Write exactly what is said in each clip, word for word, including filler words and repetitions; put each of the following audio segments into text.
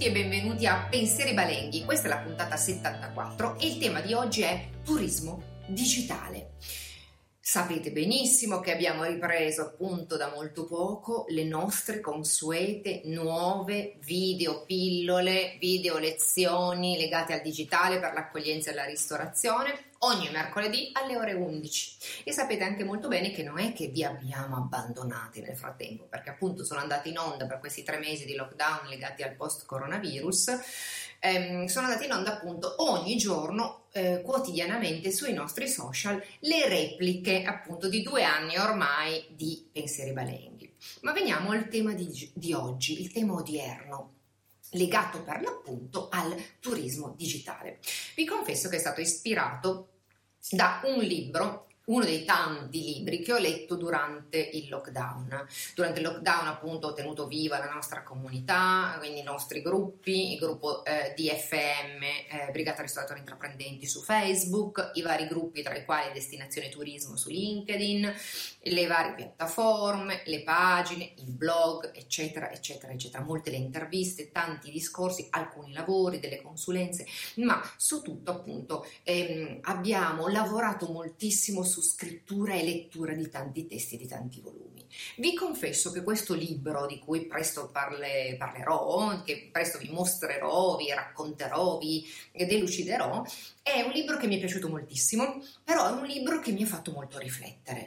tutti e benvenuti a Pensieri Balenghi. Questa è la puntata settantaquattro e il tema di oggi è turismo digitale. Sapete benissimo che abbiamo ripreso appunto da molto poco le nostre consuete nuove video pillole, video lezioni legate al digitale per l'accoglienza e la ristorazione ogni mercoledì alle ore undici. E sapete anche molto bene che non è che vi abbiamo abbandonati nel frattempo, perché appunto sono andati in onda per questi tre mesi di lockdown legati al post-coronavirus. Ehm, sono andati in onda appunto ogni giorno, eh, quotidianamente sui nostri social, le repliche appunto di due anni ormai di Pensieri Balenghi. Ma veniamo al tema di, di oggi, il tema odierno, legato per l'appunto al turismo digitale. Vi confesso che è stato ispirato da un libro, uno dei tanti libri che ho letto durante il lockdown. Durante il lockdown appunto ho tenuto viva la nostra comunità, quindi i nostri gruppi, il gruppo eh, D F M, eh, Brigata Ristoratori Intraprendenti su Facebook, i vari gruppi tra i quali Destinazione Turismo su LinkedIn, le varie piattaforme, le pagine, il blog, eccetera, eccetera, eccetera. Molte le interviste, tanti discorsi, alcuni lavori, delle consulenze, ma su tutto appunto ehm, abbiamo lavorato moltissimo su scrittura e lettura di tanti testi, di tanti volumi. Vi confesso che questo libro, di cui presto parle, parlerò, che presto vi mostrerò, vi racconterò, vi deluciderò, è un libro che mi è piaciuto moltissimo, però è un libro che mi ha fatto molto riflettere.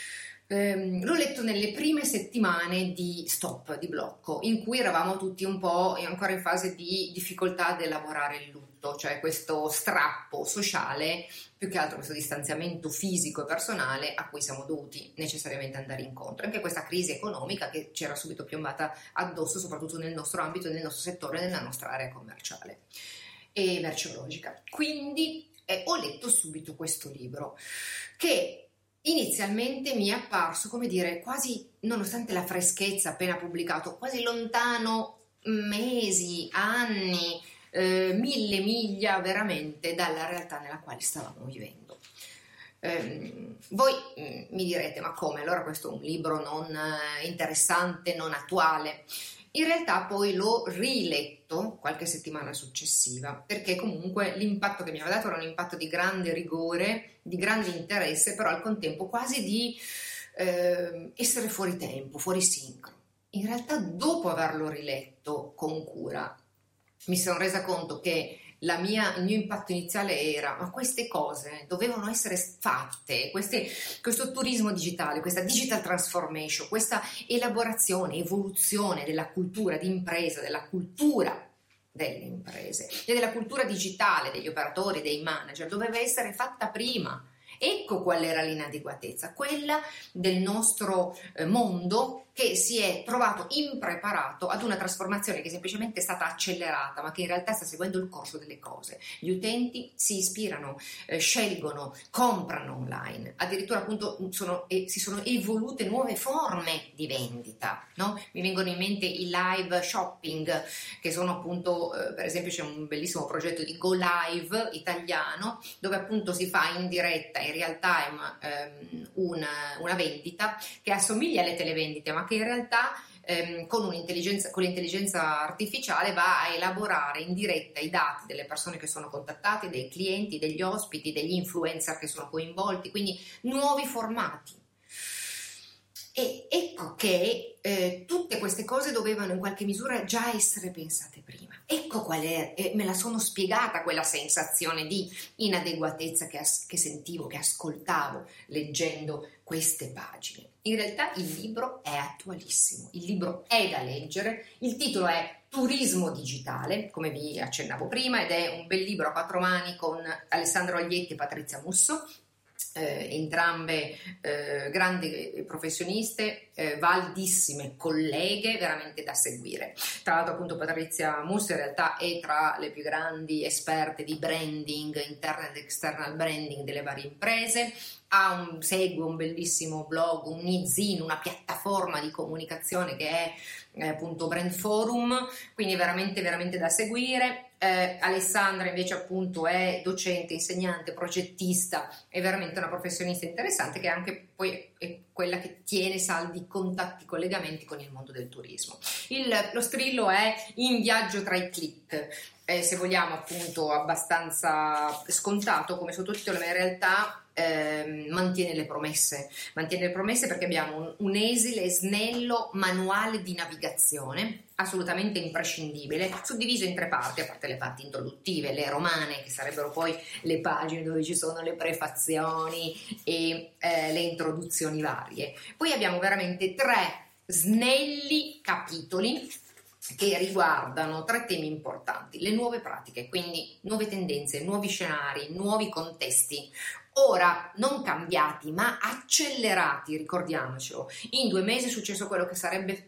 Eh, l'ho letto nelle prime settimane di stop, di blocco, in cui eravamo tutti un po' ancora in fase di difficoltà ad elaborare il lutto, cioè questo strappo sociale, più che altro questo distanziamento fisico e personale a cui siamo dovuti necessariamente andare incontro. Anche questa crisi economica che ci era subito piombata addosso, soprattutto nel nostro ambito, nel nostro settore, nella nostra area commerciale e merceologica. Quindi eh, ho letto subito questo libro che inizialmente mi è apparso, come dire, quasi, nonostante la freschezza appena pubblicato, quasi lontano mesi, anni, eh, mille miglia veramente dalla realtà nella quale stavamo vivendo. Eh, voi mh, mi direte, ma come? Allora questo è un libro non eh, interessante, non attuale? In realtà poi l'ho riletto qualche settimana successiva, perché comunque l'impatto che mi aveva dato era un impatto di grande rigore, di grande interesse, però al contempo quasi di eh, essere fuori tempo, fuori sincro. In realtà dopo averlo riletto con cura mi sono resa conto che la mia, il mio impatto iniziale era: ma queste cose dovevano essere fatte, queste, questo turismo digitale, questa digital transformation, questa elaborazione, evoluzione della cultura di impresa, della cultura delle imprese e della cultura digitale degli operatori, dei manager, doveva essere fatta prima. Ecco qual era l'inadeguatezza, quella del nostro eh, mondo che si è trovato impreparato ad una trasformazione che semplicemente è stata accelerata, ma che in realtà sta seguendo il corso delle cose. Gli utenti si ispirano, eh, scelgono, comprano online, addirittura appunto sono, eh, si sono evolute nuove forme di vendita, no? Mi vengono in mente i live shopping, che sono appunto, eh, per esempio c'è un bellissimo progetto di Go Live italiano, dove appunto si fa in diretta, in real time, ehm, una, una vendita che assomiglia alle televendite, ma che in realtà ehm, con un'intelligenza, con l'intelligenza artificiale va a elaborare in diretta i dati delle persone che sono contattate, dei clienti, degli ospiti, degli influencer che sono coinvolti, quindi nuovi formati. E ecco che eh, tutte queste cose dovevano in qualche misura già essere pensate prima. Ecco qual è, eh, me la sono spiegata quella sensazione di inadeguatezza che, as- che sentivo, che ascoltavo leggendo queste pagine. In realtà il libro è attualissimo, il libro è da leggere, il titolo è Turismo digitale, come vi accennavo prima, ed è un bel libro a quattro mani con Alessandro Aglietti e Patrizia Musso. Eh, entrambe eh, grandi professioniste, eh, valdissime colleghe, veramente da seguire. Tra l'altro appunto Patrizia Musso in realtà è tra le più grandi esperte di branding, internal ed external branding delle varie imprese, ha un, segue un bellissimo blog, un e-zine, una piattaforma di comunicazione che è eh, appunto Brand Forum, quindi veramente veramente da seguire. Eh, Alessandra invece appunto è docente, insegnante, progettista, è veramente una professionista interessante che anche poi è quella che tiene saldi contatti, collegamenti con il mondo del turismo. Il, lo strillo è In viaggio tra i click, eh, se vogliamo appunto abbastanza scontato come sottotitolo, ma in realtà Eh, mantiene le promesse, mantiene le promesse perché abbiamo un, un esile e snello manuale di navigazione assolutamente imprescindibile, suddiviso in tre parti, a parte le parti introduttive, le romane, che sarebbero poi le pagine dove ci sono le prefazioni e eh, le introduzioni varie. Poi abbiamo veramente tre snelli capitoli che riguardano tre temi importanti: le nuove pratiche, quindi nuove tendenze, nuovi scenari, nuovi contesti, ora non cambiati ma accelerati, ricordiamocelo. In due mesi è successo quello che sarebbe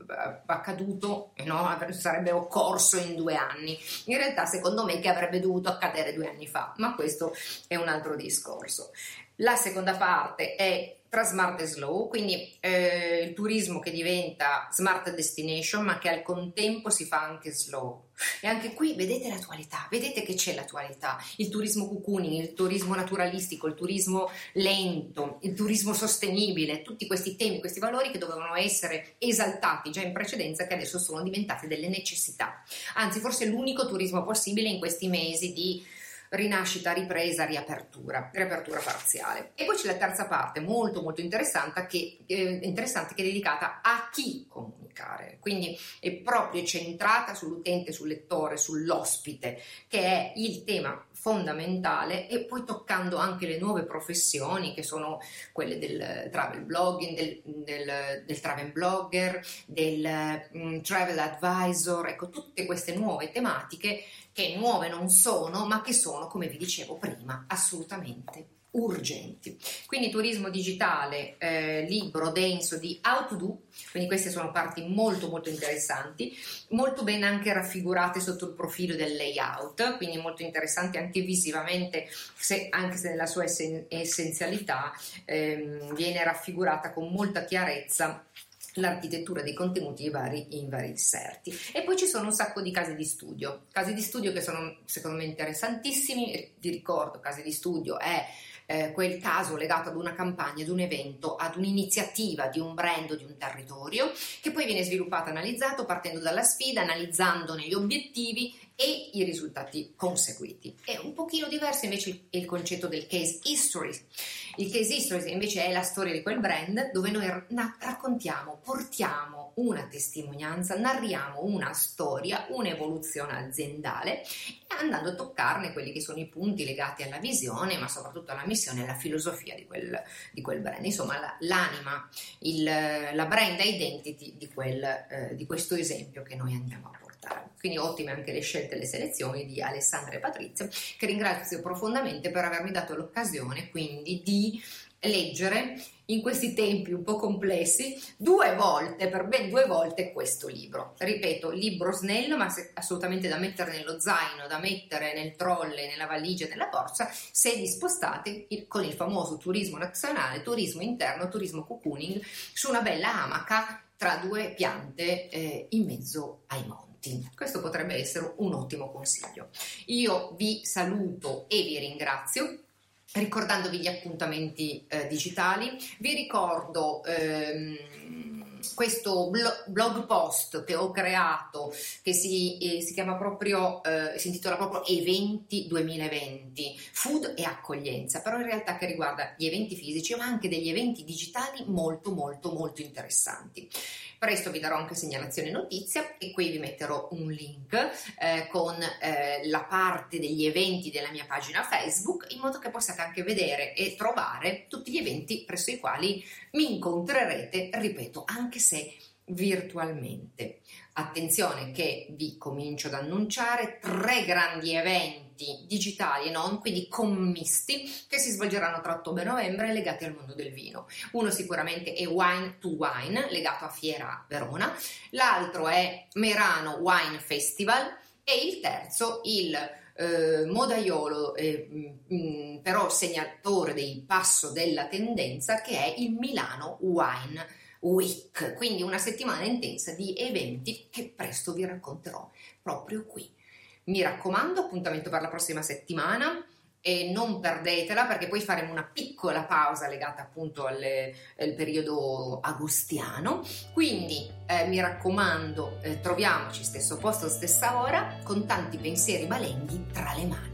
accaduto e no, sarebbe occorso in due anni. In realtà secondo me che avrebbe dovuto accadere due anni fa, ma questo è un altro discorso. La seconda parte è tra smart e slow, quindi eh, il turismo che diventa smart destination ma che al contempo si fa anche slow. E anche qui vedete l'attualità, vedete che c'è l'attualità, il turismo cocooning, il turismo naturalistico, il turismo lento, il turismo sostenibile, tutti questi temi, questi valori che dovevano essere esaltati già in precedenza, che adesso sono diventati delle necessità. Anzi, forse è l'unico turismo possibile in questi mesi di rinascita, ripresa, riapertura, riapertura parziale. E poi c'è la terza parte molto molto interessante che, eh, interessante che è dedicata a chi comunicare, quindi è proprio centrata sull'utente, sul lettore, sull'ospite, che è il tema fondamentale, e poi toccando anche le nuove professioni che sono quelle del travel blogging, del, del, del travel blogger, del um, travel advisor, ecco, tutte queste nuove tematiche che nuove non sono, ma che sono, come vi dicevo prima, assolutamente urgenti. Quindi turismo digitale, eh, libro denso di How to Do, quindi queste sono parti molto molto interessanti, molto ben anche raffigurate sotto il profilo del layout, quindi molto interessanti anche visivamente, se, anche se nella sua essen- essenzialità ehm, viene raffigurata con molta chiarezza l'architettura dei contenuti in vari, in vari inserti. E poi ci sono un sacco di casi di studio, casi di studio che sono secondo me interessantissimi. Vi ricordo, casi di studio è eh, quel caso legato ad una campagna, ad un evento, ad un'iniziativa di un brand o di un territorio, che poi viene sviluppato e analizzato partendo dalla sfida, analizzandone gli obiettivi e i risultati conseguiti. È un pochino diverso invece il concetto del case history. Il case history invece è la storia di quel brand, dove noi na- raccontiamo, portiamo una testimonianza, narriamo una storia, un'evoluzione aziendale, andando a toccarne quelli che sono i punti legati alla visione, ma soprattutto alla missione e alla filosofia di quel, di quel brand, insomma la, l'anima, il, la brand identity di, quel, eh, di questo esempio che noi andiamo a portare. Quindi ottime anche le scelte e le selezioni di Alessandra e Patrizia, che ringrazio profondamente per avermi dato l'occasione quindi di leggere in questi tempi un po' complessi due volte, per ben due volte, questo libro. Ripeto, libro snello, ma assolutamente da mettere nello zaino, da mettere nel trolley, nella valigia, nella borsa, se vi spostate con il famoso turismo nazionale, turismo interno, turismo cocooning, su una bella amaca tra due piante eh, in mezzo ai monti. Questo potrebbe essere un ottimo consiglio. Io vi saluto e vi ringrazio, ricordandovi gli appuntamenti eh, digitali. Vi ricordo ehm, questo blog, blog post che ho creato, che si, eh, si chiama proprio, eh, si intitola proprio Eventi duemilaventi, Food e accoglienza, però in realtà che riguarda gli eventi fisici ma anche degli eventi digitali molto molto molto interessanti. Presto vi darò anche segnalazione e notizia, e qui vi metterò un link eh, con eh, la parte degli eventi della mia pagina Facebook, in modo che possiate anche vedere e trovare tutti gli eventi presso i quali mi incontrerete, ripeto, anche se virtualmente. Attenzione che vi comincio ad annunciare tre grandi eventi digitali e non, quindi commisti, che si svolgeranno tra ottobre e novembre legati al mondo del vino. Uno sicuramente è Wine to Wine, legato a Fiera Verona, l'altro è Merano Wine Festival e il terzo il eh, modaiolo, eh, mh, però segnatore del passo della tendenza, che è il Milano Wine Week, quindi una settimana intensa di eventi che presto vi racconterò proprio qui. Mi raccomando, appuntamento per la prossima settimana e non perdetela, perché poi faremo una piccola pausa legata appunto alle, al periodo agostiano, quindi eh, mi raccomando, eh, troviamoci stesso posto, stessa ora, con tanti pensieri balenghi tra le mani.